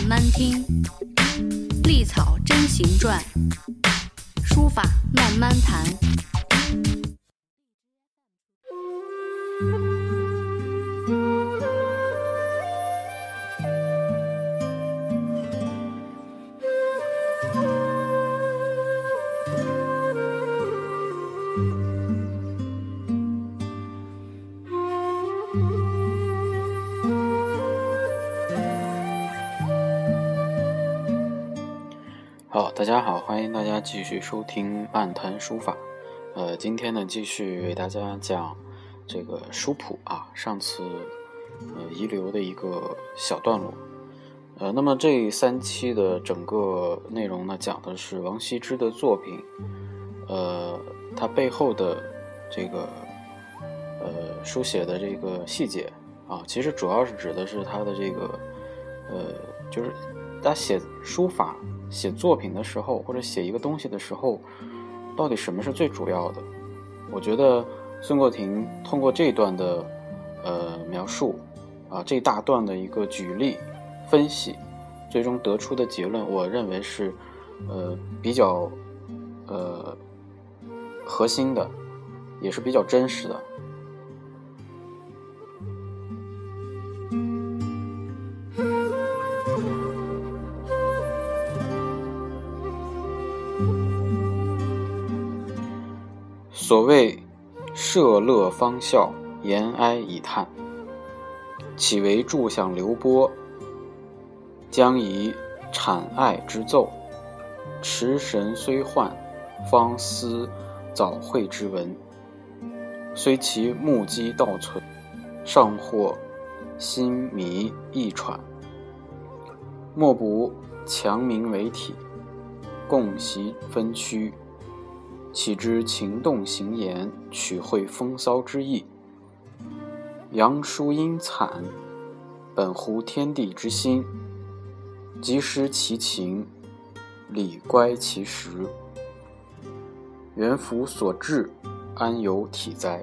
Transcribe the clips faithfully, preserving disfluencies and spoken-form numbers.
慢听，历草真行传，书法慢慢谈。 好，大家好，欢迎大家继续收听漫谈书法。呃，今天呢，继续为大家讲这个书谱啊，上次呃遗留的一个小段落。呃，那么这三期的整个内容呢，讲的是王羲之的作品，呃，他背后的这个呃书写的这个细节啊，其实主要是指的是他的这个呃，就是他写书法。写作品的时候，或者写一个东西的时候，到底什么是最主要的？我觉得孙过庭通过这段的呃描述啊，这一大段的一个举例分析，最终得出的结论，我认为是呃比较呃核心的，也是比较真实的。所谓涉乐方笑，言哀以叹，岂为柱向流波？将以谄爱之奏，持神虽幻，方思早会之文。虽其目击倒存，尚或心迷意喘。莫不强名为体，共习分区。岂知情动形言，取会风骚之意。扬书音惨，本乎天地之心。即失其情，理乖其实。元符所至，安有体哉？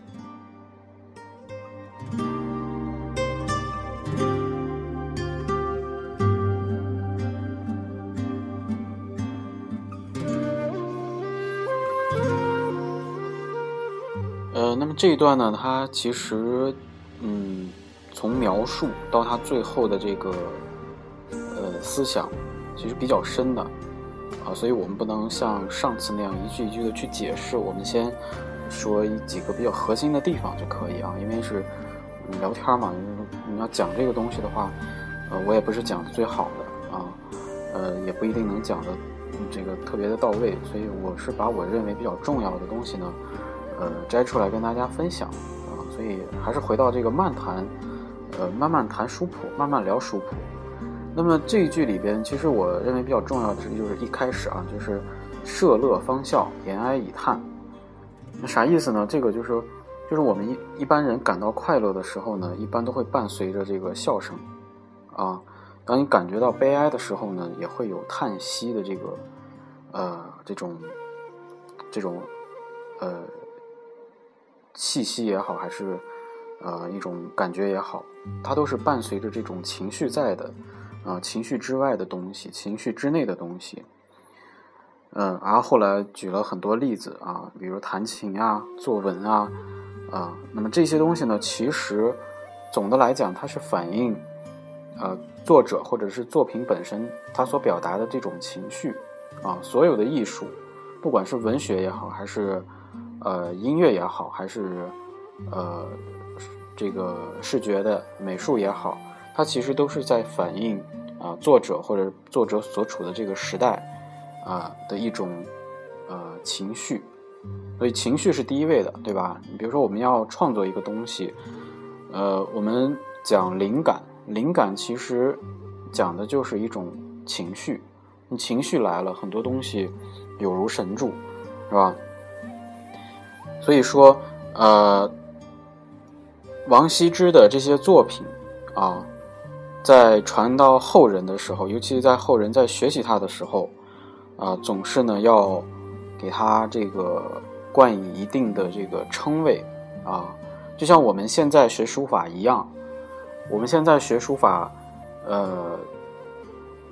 呃，那么这一段呢，它其实，嗯，从描述到它最后的这个，呃，思想，其实比较深的，啊，所以我们不能像上次那样一句一句的去解释，我们先说几个比较核心的地方就可以啊，因为是、嗯、聊天嘛，你要讲这个东西的话，呃，我也不是讲的最好的啊，呃，也不一定能讲的、嗯、这个特别的到位，所以我是把我认为比较重要的东西呢。呃，摘出来跟大家分享啊，所以还是回到这个漫谈，呃，慢慢谈书谱，慢慢聊书谱。那么这一句里边，其实我认为比较重要的就是一开始啊，就是涉乐方笑，言哀以叹。那啥意思呢？这个就是，就是我们一一般人感到快乐的时候呢，一般都会伴随着这个笑声啊。当你感觉到悲哀的时候呢，也会有叹息的这个，呃，这种，这种，呃。气息也好，还是呃一种感觉也好，它都是伴随着这种情绪在的，啊、呃，情绪之外的东西，情绪之内的东西。嗯、呃，然后后来举了很多例子啊，比如弹琴啊、作文啊，啊，那么这些东西呢，其实总的来讲，它是反映呃作者或者是作品本身它所表达的这种情绪啊，所有的艺术，不管是文学也好，还是呃，音乐也好，还是呃这个视觉的美术也好，它其实都是在反映啊、呃、作者或者作者所处的这个时代啊、呃、的一种呃情绪，所以情绪是第一位的，对吧？你比如说我们要创作一个东西，呃，我们讲灵感，灵感其实讲的就是一种情绪，你情绪来了，很多东西有如神助，是吧？所以说，呃，王羲之的这些作品啊，在传到后人的时候，尤其在后人在学习他的时候，啊，总是呢要给他这个冠以一定的这个称谓啊，就像我们现在学书法一样，我们现在学书法，呃，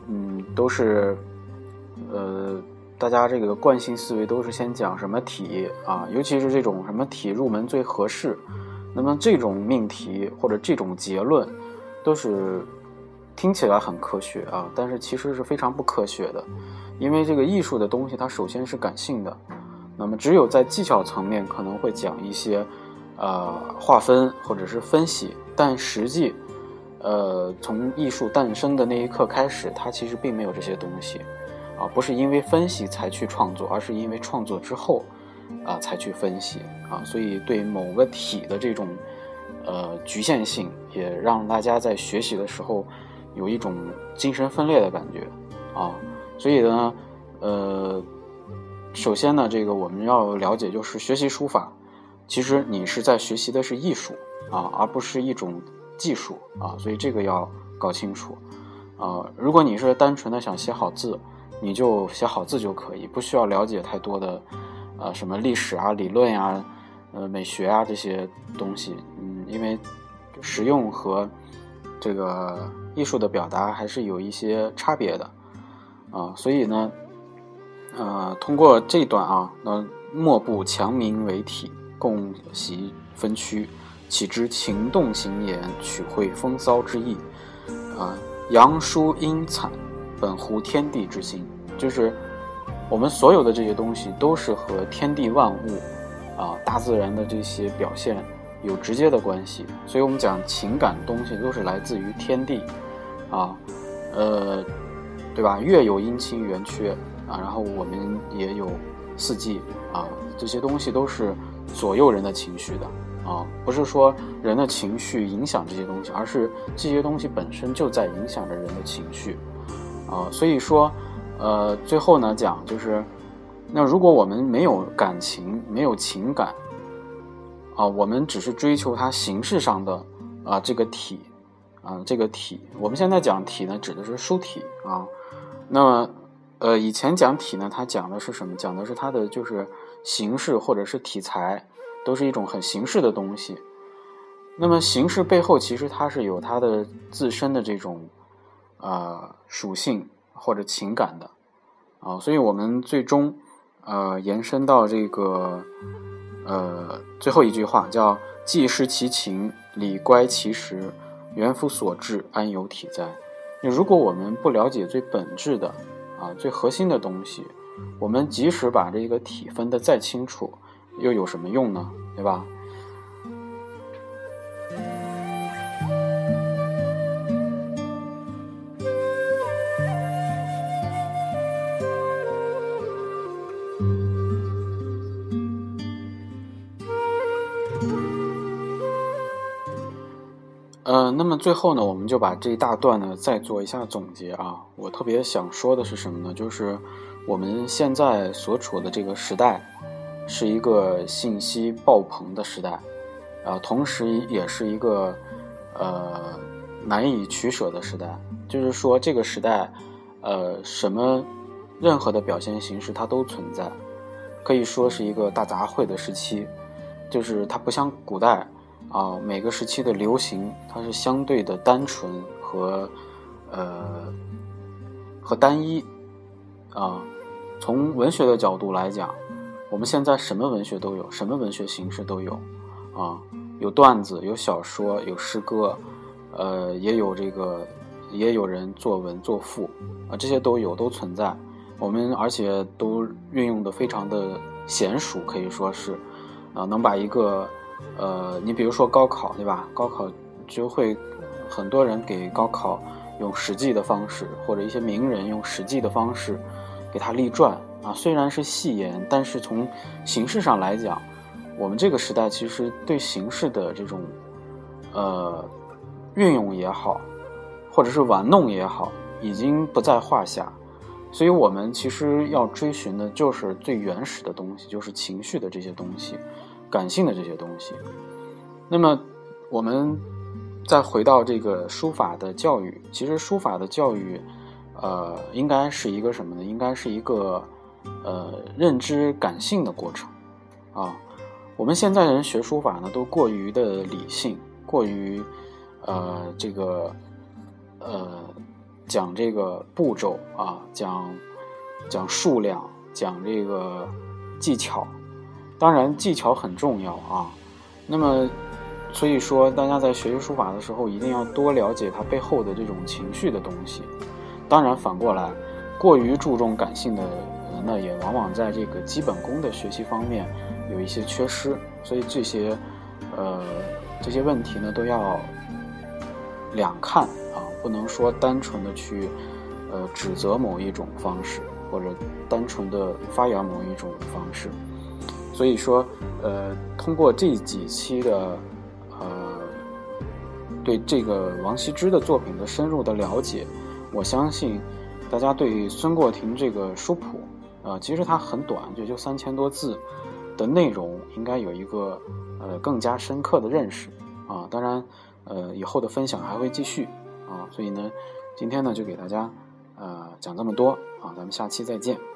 嗯，都是呃，大家这个惯性思维都是先讲什么体啊，尤其是这种什么体入门最合适，那么这种命题或者这种结论都是听起来很科学啊，但是其实是非常不科学的，因为这个艺术的东西它首先是感性的，那么只有在技巧层面可能会讲一些呃划分或者是分析，但实际呃从艺术诞生的那一刻开始，它其实并没有这些东西啊，不是因为分析才去创作，而是因为创作之后啊才去分析啊，所以对某个体的这种呃局限性，也让大家在学习的时候有一种精神分裂的感觉啊，所以呢，呃，首先呢，这个我们要了解，就是学习书法，其实你是在学习的是艺术啊，而不是一种技术啊，所以这个要搞清楚啊。如果你是单纯的想写好字，你就写好字就可以，不需要了解太多的呃什么历史啊、理论呀、呃美学啊这些东西，嗯，因为实用和这个艺术的表达还是有一些差别的啊，所以呢，呃，通过这一段啊，那墨部强明为体，共习分区，岂知情动形言，取会风骚之意啊，阳书阴惨，本乎天地之心，就是我们所有的这些东西都是和天地万物啊、大自然的这些表现有直接的关系，所以我们讲情感东西都是来自于天地啊，呃，对吧？月有阴晴圆缺啊，然后我们也有四季啊，这些东西都是左右人的情绪的啊，不是说人的情绪影响这些东西，而是这些东西本身就在影响着人的情绪啊，所以说，呃，最后呢讲就是，那如果我们没有感情，没有情感啊，我们只是追求它形式上的啊这个体啊这个体，我们现在讲体呢，指的是书体啊。那么呃，以前讲体呢，它讲的是什么？讲的是它的就是形式或者是题材，都是一种很形式的东西。那么形式背后其实它是有它的自身的这种呃属性或者情感的啊，所以我们最终呃延伸到这个呃最后一句话，叫既失其情，理乖其实，原夫所至，安有体哉？如果我们不了解最本质的啊最核心的东西，我们即使把这个体分得再清楚，又有什么用呢？对吧？呃，那么最后呢，我们就把这一大段呢再做一下总结啊。我特别想说的是什么呢？就是我们现在所处的这个时代，是一个信息爆棚的时代，啊、呃，同时也是一个呃难以取舍的时代。就是说，这个时代，呃，什么任何的表现形式它都存在，可以说是一个大杂烩的时期。就是它不像古代。啊，每个时期的流行，它是相对的单纯和呃和单一啊。从文学的角度来讲，我们现在什么文学都有，什么文学形式都有啊，有段子，有小说，有诗歌，呃，也有这个，也有人作文作赋啊，这些都有，都存在。我们而且都运用的非常的娴熟，可以说是啊，能把一个。呃，你比如说高考，对吧？高考就会很多人给高考用实际的方式，或者一些名人用实际的方式给他立传啊。虽然是戏言，但是从形式上来讲，我们这个时代其实对形式的这种呃运用也好，或者是玩弄也好，已经不在话下。所以我们其实要追寻的就是最原始的东西，就是情绪的这些东西。感性的这些东西。那么我们再回到这个书法的教育，其实书法的教育呃，应该是一个什么呢？应该是一个呃认知感性的过程啊。我们现在人学书法呢，都过于的理性，过于呃这个呃讲这个步骤啊，讲讲数量，讲这个技巧。当然技巧很重要啊，那么所以说大家在学习书法的时候一定要多了解它背后的这种情绪的东西。当然反过来，过于注重感性的人呢，也往往在这个基本功的学习方面有一些缺失。所以这些呃这些问题呢都要两看啊，不能说单纯的去呃指责某一种方式，或者单纯的发扬某一种方式。所以说呃通过这几期的呃对这个王羲之的作品的深入的了解，我相信大家对孙过庭这个书谱呃其实它很短，就就三千多字的内容应该有一个呃更加深刻的认识啊。当然呃以后的分享还会继续啊，所以呢今天呢就给大家呃讲这么多啊，咱们下期再见。